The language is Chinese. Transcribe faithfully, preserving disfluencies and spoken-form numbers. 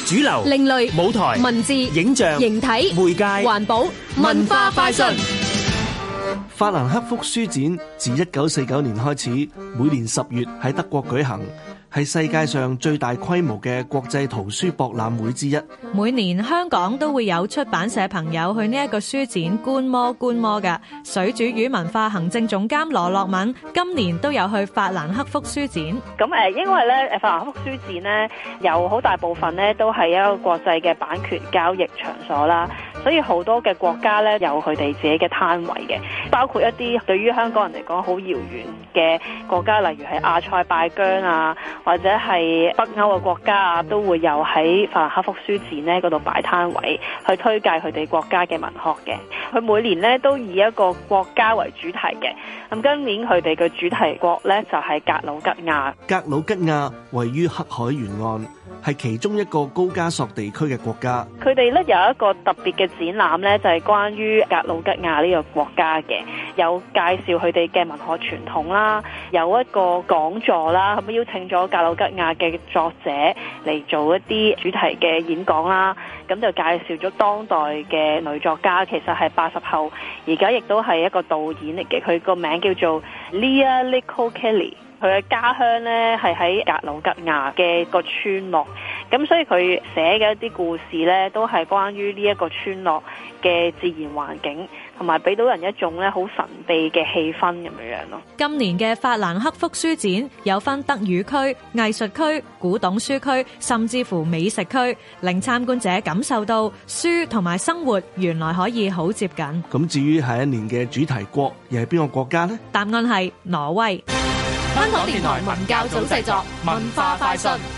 主流、 另類、 舞台、 文字、 影像、 形體、 媒介、 環保、文化快訊。 法蘭克福書展自一九四九年開始，每年十月喺德國舉行，係世界上最大規模嘅國際圖書博覽會之一。 每年香港都會有出版社朋友去呢一個書展觀摩觀摩㗎。水煮魚文化行政總監羅樂敏今年都有去法蘭克福書展。 咁誒，因為咧誒法蘭克福書展咧有好大部分咧都係一個國際嘅版權交易場所啦，所以好多嘅國家咧有佢哋自己嘅攤位嘅，包括一啲對於香港人嚟講好遙遠嘅國家，例如係阿塞拜疆啊，或者係北歐嘅國家啊，都會有喺法蘭克福書展咧嗰度擺攤位，去推介佢哋國家嘅文學嘅。佢每年咧都以一個國家為主題嘅，咁今年佢哋嘅主題國咧就係格魯吉亞。 格魯吉亞位於黑海沿岸，係其中一個高加索地區嘅國家。 佢哋咧有一個特別嘅展覽咧，就係關於格魯吉亞呢個國家嘅，有介紹佢哋嘅文學傳統啦，有一個講座啦，咁邀請咗格魯吉亞嘅作者嚟做一啲主題嘅演講啦，咁就介紹咗當代嘅女作家，其實係八十後，而家亦都係一個導演嚟嘅，佢個名叫做 Leah Nicole Kelly。佢嘅家鄉咧係喺格魯吉亞嘅個村落，咁所以佢寫嘅一啲故事咧都係關於呢一個村落嘅自然環境，同埋俾到人一種咧好神秘嘅氣氛咁樣樣咯。 今年嘅法蘭克福書展有分德語區、藝術區、古董書區，甚至乎美食區，令參觀者感受到書同埋生活原來可以好接近。 咁至於下一年嘅主題國又係邊個國家呢？ 答案係挪威。 香港電台文教組製作，文化快訊。